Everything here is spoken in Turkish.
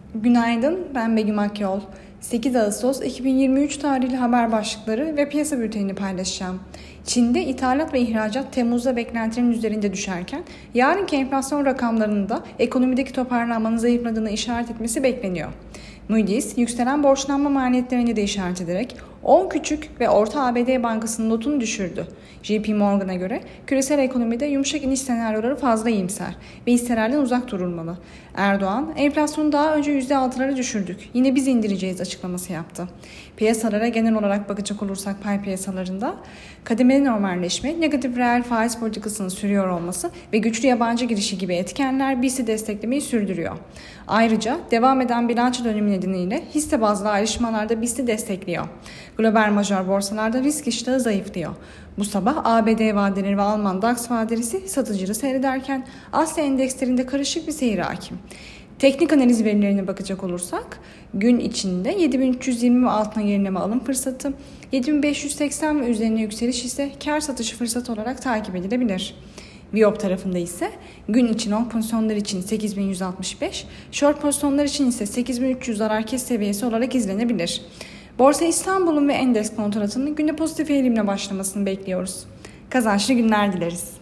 Günaydın, ben Begüm Akyol. 8 Ağustos 2023 tarihli haber başlıkları ve piyasa bültenini paylaşacağım. Çin'de ithalat ve ihracat Temmuz'da beklentilerin üzerinde düşerken, yarınki enflasyon rakamlarının da ekonomideki toparlanmanın zayıfladığını işaret etmesi bekleniyor. Moody's, yükselen borçlanma maliyetlerini de işaret ederek 10 küçük ve orta ABD bankasının notunu düşürdü. JP Morgan'a göre küresel ekonomide yumuşak iniş senaryoları fazla iyimser ve hisselerden uzak durulmalı. Erdoğan, enflasyonu daha önce %6'lara düşürdük, yine biz indireceğiz açıklaması yaptı. Piyasalara genel olarak bakacak olursak pay piyasalarında kademeli normalleşme, negatif reel faiz politikasının sürüyor olması ve güçlü yabancı girişi gibi etkenler BIST'i desteklemeyi sürdürüyor. Ayrıca devam eden bilanço dönemi nedeniyle hisse bazlı ayrışmalarda BIST'i destekliyor. Global major borsalarda risk iştahı zayıflıyor. Bu sabah ABD vadeleri ve Alman DAX vadesi satıcılı seyrederken Asya endekslerinde karışık bir seyir hakim. Teknik analiz verilerine bakacak olursak gün içinde 7320 ve altına gerileme alım fırsatı, 7580 ve üzerine yükseliş ise kar satışı fırsatı olarak takip edilebilir. Viyop tarafında ise gün için long pozisyonlar için 8165, short pozisyonlar için ise 8300 zarar kes seviyesi olarak izlenebilir. Borsa İstanbul'un ve endeks kontratının günde pozitif eğilimle başlamasını bekliyoruz. Kazançlı günler dileriz.